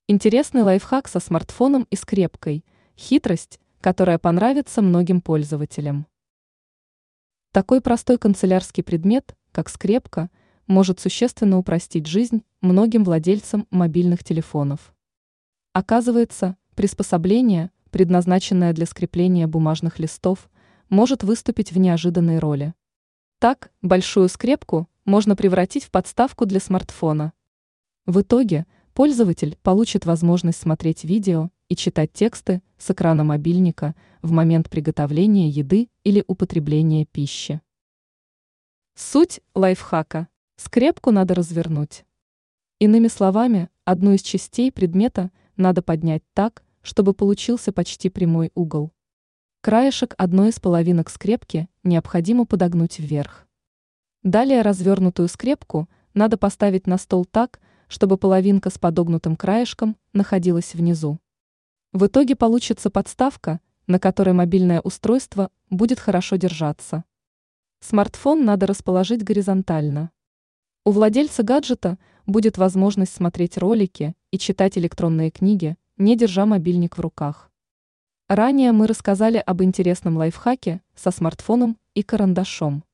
Интересный лайфхак со смартфоном и скрепкой. Хитрость, которая понравится многим пользователям. Такой простой канцелярский предмет, как скрепка, может существенно упростить жизнь многим владельцам мобильных телефонов. Оказывается, приспособление, предназначенное для скрепления бумажных листов, может выступить в неожиданной роли. Так, большую скрепку можно превратить в подставку для смартфона. В итоге пользователь получит возможность смотреть видео и читать тексты с экрана мобильника в момент приготовления еды или употребления пищи. Суть лайфхака. Скрепку надо развернуть. Иными словами, одну из частей предмета надо поднять так, чтобы получился почти прямой угол. Краешек одной из половинок скрепки необходимо подогнуть вверх. Далее развернутую скрепку надо поставить на стол так, чтобы половинка с подогнутым краешком находилась внизу. В итоге получится подставка, на которой мобильное устройство будет хорошо держаться. Смартфон надо расположить горизонтально. У владельца гаджета будет возможность смотреть ролики и читать электронные книги, не держа мобильник в руках. Ранее мы рассказали об интересном лайфхаке со смартфоном и карандашом.